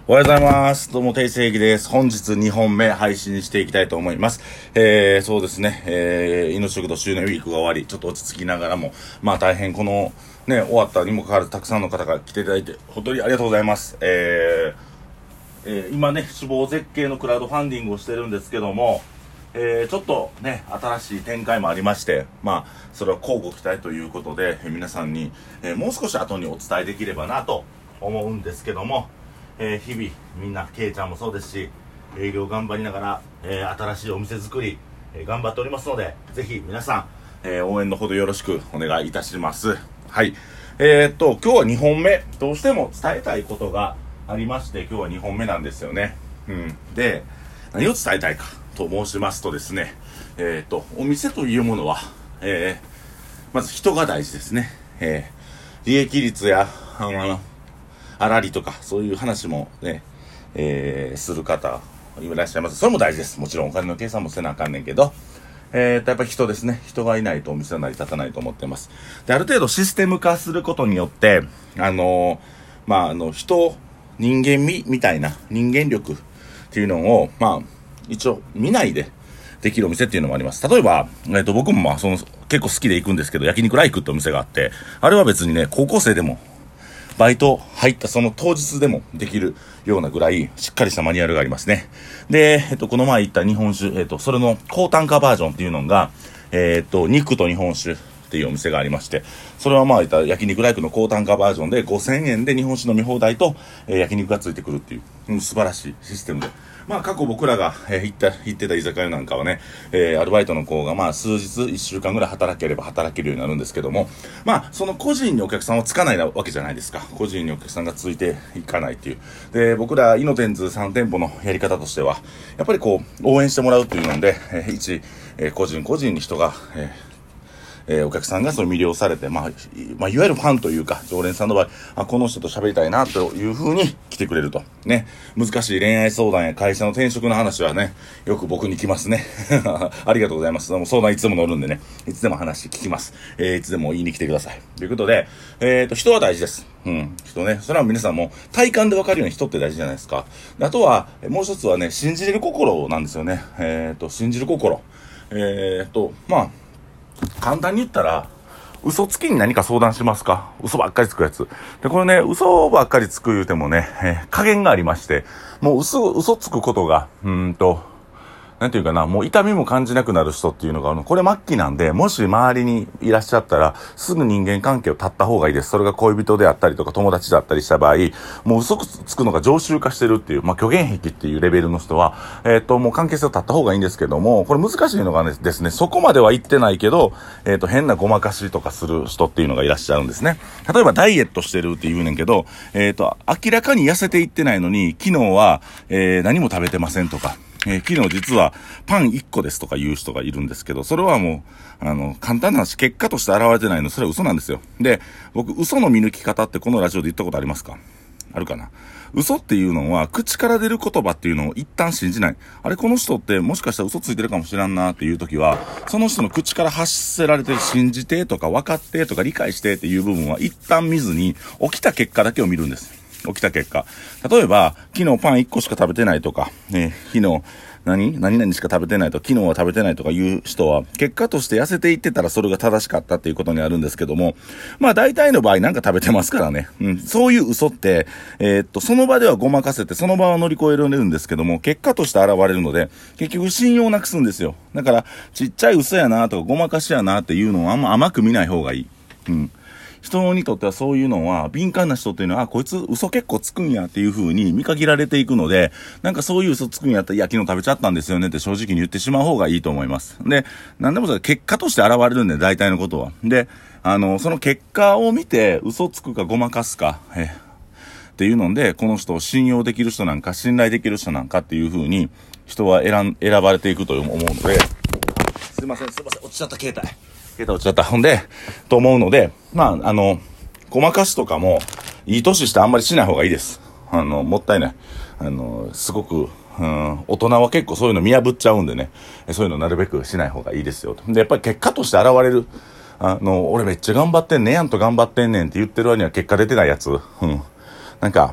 おはようございます。どうも、定世紀です。本日2本目配信していきたいと思います。そうですね、命食堂周年ウィークが終わり、ちょっと落ち着きながらも、大変この、終わったにもかかわらずたくさんの方が来ていただいて、本当にありがとうございます。今ね、志望絶景のクラウドファンディングをしてるんですけども、ちょっとね、新しい展開もありまして、それは交互期待ということで、皆さんに、もう少し後にお伝えできればなと思うんですけども、日々みんなケイちゃんもそうですし営業頑張りながら、新しいお店作り、頑張っておりますので、ぜひ皆さん、応援のほどよろしくお願いいたします。はい。今日は2本目、どうしても伝えたいことがありまして、今日は2本目なんですよね。で、何を伝えたいかと申しますとですね、お店というものは、まず人が大事ですね。利益率や粗利とかそういう話もね、する方いらっしゃいます。それも大事です。もちろんお金の計算もせなあかんねんけど、やっぱり人ですね。人がいないとお店は成り立たないと思ってます。で、ある程度システム化することによって、人間味みたいな人間力っていうのを、一応見ないでできるお店っていうのもあります。例えば、僕も結構好きで行くんですけど、焼肉ライクってお店があって、あれは別にね、高校生でもバイト入ったその当日でもできるようなぐらいしっかりしたマニュアルがありますね。で、この前行った日本酒、それの高単価バージョンっていうのが、肉と日本酒っていうお店がありまして、それは焼肉ライクの高単価バージョンで5000円で日本酒飲み放題と、焼肉がついてくるっていう、素晴らしいシステムで。過去僕らが、行ってた居酒屋なんかはね、アルバイトの子が数日1週間ぐらい働ければ働けるようになるんですけども、その個人にお客さんをつかないわけじゃないですか。個人にお客さんがついていかないっていう。で、僕らイノテンズ3店舗のやり方としては、やっぱり応援してもらうっていうので、個人個人に人が、お客さんが魅了されて、いわゆるファンというか、常連さんの場合、この人と喋りたいな、という風に来てくれると。ね。難しい恋愛相談や会社の転職の話はね、よく僕に来ますね。ありがとうございます。相談いつでも乗るんでね、いつでも話聞きます。いつでも言いに来てください。ということで、人は大事です。人ね。それは皆さんも体感でわかるように人って大事じゃないですか。あとは、もう一つはね、信じれる心なんですよね。信じる心。簡単に言ったら、嘘つきに何か相談しますか？嘘ばっかりつくやつ。で、これね、嘘ばっかりつく言うてもね、加減がありまして、もう嘘つくことが、なんていうかな、もう痛みも感じなくなる人っていうのがあるの。これ末期なんで、もし周りにいらっしゃったら、すぐ人間関係を断った方がいいです。それが恋人であったりとか友達だったりした場合、もう嘘つくのが常習化してるっていう、虚言癖っていうレベルの人は、もう関係性を断った方がいいんですけども、これ難しいのがですね、そこまでは言ってないけど、変なごまかしとかする人っていうのがいらっしゃるんですね。例えばダイエットしてるって言うねんけど、明らかに痩せていってないのに、昨日は、何も食べてませんとか、昨日実はパン1個ですとか言う人がいるんですけど、それはもう、簡単な話、結果として現れてないの、それは嘘なんですよ。で、僕、嘘の見抜き方ってこのラジオで言ったことありますか？あるかな？嘘っていうのは、口から出る言葉っていうのを一旦信じない。あれ、この人ってもしかしたら嘘ついてるかもしれんなっていう時は、その人の口から発せられてる信じてとか分かってとか理解してっていう部分は一旦見ずに、起きた結果だけを見るんです。起きた結果。例えば、昨日パン1個しか食べてないとか、昨日、何々しか食べてないと、昨日は食べてないとかいう人は、結果として痩せていってたらそれが正しかったっていうことにあるんですけども、大体の場合なんか食べてますからね。そういう嘘って、その場ではごまかせて、その場は乗り越えられるんですけども、結果として現れるので、結局信用なくすんですよ。だから、ちっちゃい嘘やなとかごまかしやなっていうのをあんま甘く見ない方がいい。人にとってはそういうのは、敏感な人っていうのは、こいつ嘘結構つくんやっていう風に見限られていくので、なんかそういう嘘つくんやったら、いや、昨日食べちゃったんですよねって正直に言ってしまう方がいいと思います。で、なんでも結果として現れるんで、大体のことは。で、その結果を見て、嘘つくかごまかすか、っていうので、この人を信用できる人なんか、信頼できる人なんかっていう風に、人は選ばれていくと思うので、すいません、落ちちゃった携帯落ちちゃった。ほんで、と思うので、ごまかしとかも、いい年してあんまりしない方がいいです。もったいない。すごく、大人は結構そういうの見破っちゃうんでね、そういうのなるべくしない方がいいですよ。で、やっぱり結果として現れる、俺めっちゃ頑張ってんねんやんと頑張ってんねんって言ってる割には結果出てないやつ。なんか、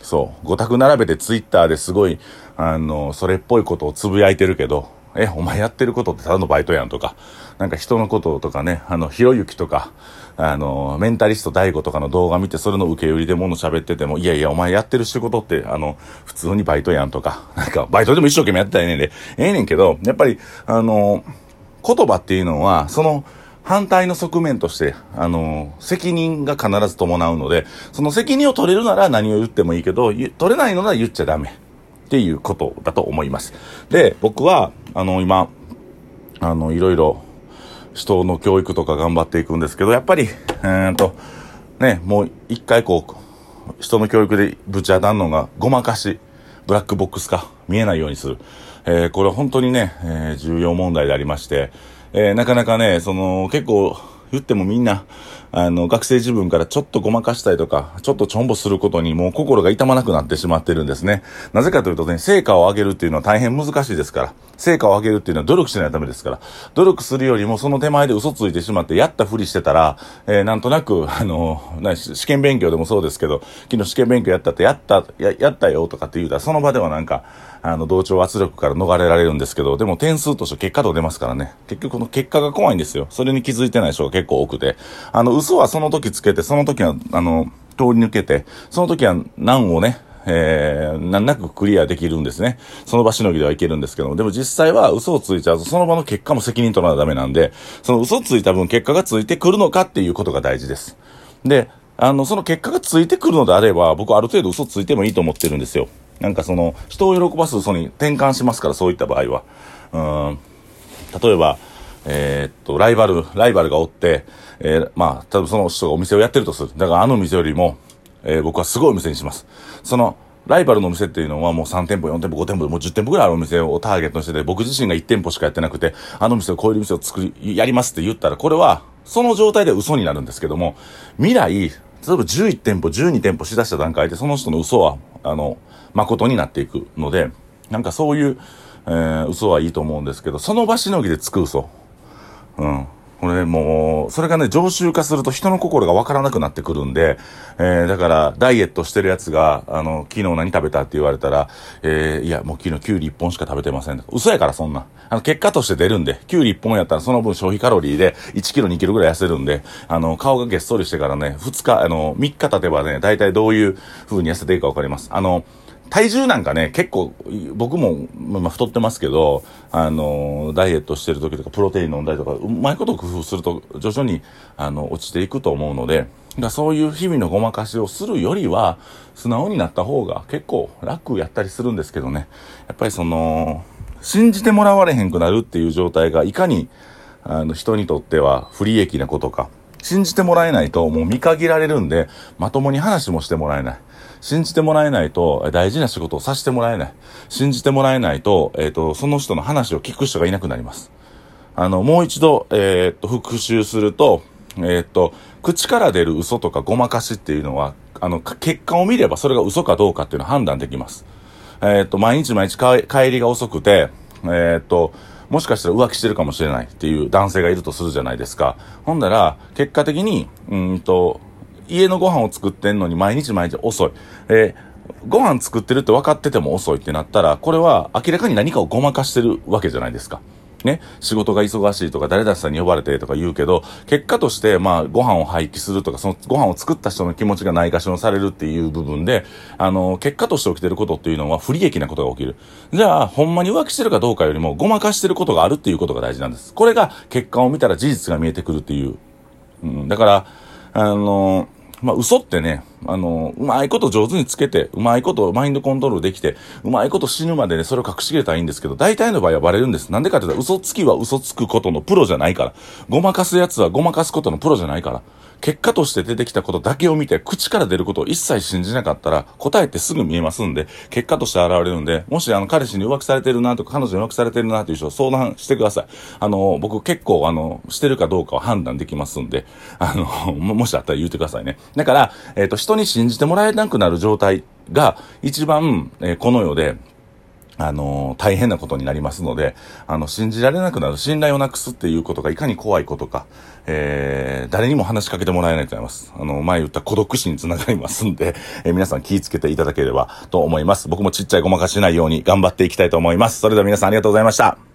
そう、5択並べてツイッターですごい、それっぽいことをつぶやいてるけど、お前やってることってただのバイトやんとか、なんか人のこととかね、ひろゆきとか、メンタリスト大悟とかの動画見て、それの受け売りで物喋ってても、いやいや、お前やってる仕事って、普通にバイトやんとか、なんか、バイトでも一生懸命やってたらええねんで、ええねんけど、やっぱり、言葉っていうのは、その、反対の側面として、責任が必ず伴うので、その責任を取れるなら何を言ってもいいけど、取れないのなら言っちゃダメ。っていうことだと思います。で、僕は、今、いろいろ、人の教育とか頑張っていくんですけど、やっぱり、ね、もう一回人の教育でぶち当たるのが、ごまかし、ブラックボックス化、見えないようにする。これは本当にね、重要問題でありまして、なかなかね、結構、言ってもみんな、学生自分からちょっとごまかしたりとか、ちょっとちょんぼすることにもう心が痛まなくなってしまってるんですね。なぜかというとね、成果を上げるっていうのは大変難しいですから。成果を上げるっていうのは努力しないとダメですから。努力するよりもその手前で嘘ついてしまってやったふりしてたら、なんとなく、試験勉強でもそうですけど、昨日試験勉強やったよとかって言うたら、その場ではなんか、同調圧力から逃れられるんですけど、でも点数として結果と出ますからね。結局この結果が怖いんですよ。それに気づいてない人が結構多くて。嘘はその時つけて、その時は、通り抜けて、その時は難をね、難なくクリアできるんですね。その場しのぎではいけるんですけども、でも実際は嘘をついちゃうと、その場の結果も責任取らなダメなんで、その嘘ついた分結果がついてくるのかっていうことが大事です。で、その結果がついてくるのであれば、僕ある程度嘘ついてもいいと思ってるんですよ。なんか人を喜ばす嘘に転換しますから、そういった場合は。例えば、ライバルがおって、まあ、多分その人がお店をやってるとする。だからあの店よりも、僕はすごいお店にします。ライバルのお店っていうのはもう3店舗、4店舗、5店舗、もう10店舗ぐらいあるお店をターゲットにしてて、僕自身が1店舗しかやってなくて、あの店をこういう店をやりますって言ったら、これは、その状態で嘘になるんですけども、未来、例えば11店舗、12店舗しだした段階で、その人の嘘は、誠になっていくので、なんかそういう、嘘はいいと思うんですけど、その場しのぎでつく嘘。これね、もう、それがね、常習化すると人の心がわからなくなってくるんで、だから、ダイエットしてるやつが、昨日何食べたって言われたら、いや、もう昨日キュウリ1本しか食べてません。嘘やから、そんな。結果として出るんで、キュウリ1本やったらその分消費カロリーで1キロ2キロぐらい痩せるんで、顔がげっそりしてからね、3日経てばね、大体どういう風に痩せていくかわかります。体重なんかね、結構、僕も、太ってますけど、ダイエットしてる時とか、プロテイン飲んだりとか、うまいこと工夫すると、徐々に、落ちていくと思うので、そういう日々のごまかしをするよりは、素直になった方が結構楽やったりするんですけどね。やっぱり信じてもらわれへんくなるっていう状態が、いかに、人にとっては不利益なことか。信じてもらえないともう見限られるんで、まともに話もしてもらえない。信じてもらえないと大事な仕事をさせてもらえない。信じてもらえないと、その人の話を聞く人がいなくなります。もう一度、復習すると、口から出る嘘とかごまかしっていうのは、結果を見ればそれが嘘かどうかっていうのは判断できます。毎日帰りが遅くて、もしかしたら浮気してるかもしれないっていう男性がいるとするじゃないですか。ほんだら、結果的に、家のご飯を作ってんのに毎日遅い。ご飯作ってるって分かってても遅いってなったら、これは明らかに何かをごまかしてるわけじゃないですか。ね、仕事が忙しいとか誰々さんに呼ばれてとか言うけど、結果としてご飯を廃棄するとか、そのご飯を作った人の気持ちがないがしろにされるっていう部分で、結果として起きてることっていうのは不利益なことが起きる。じゃあ、ほんまに浮気してるかどうかよりもごまかしてることがあるっていうことが大事なんです。これが結果を見たら事実が見えてくるっていう。だから、嘘ってね、うまいこと上手につけて、うまいことマインドコントロールできて、うまいこと死ぬまでね、それを隠し切れたらいいんですけど、大体の場合はバレるんです。なんでかって言ったら、嘘つきは嘘つくことのプロじゃないから。ごまかすやつはごまかすことのプロじゃないから。結果として出てきたことだけを見て、口から出ることを一切信じなかったら、答えってすぐ見えますんで、結果として現れるんで、もし彼氏に浮気されてるなとか、彼女に浮気されてるなという人を相談してください。僕結構してるかどうかは判断できますんで、もしあったら言ってくださいね。だから、人に信じてもらえなくなる状態が一番、この世で、 大変なことになりますので、信じられなくなる、信頼をなくすっていうことがいかに怖いことか、誰にも話しかけてもらえないと思います。前言った孤独死につながりますんで、皆さん気をつけていただければと思います。僕もちっちゃいごまかしないように頑張っていきたいと思います。それでは皆さんありがとうございました。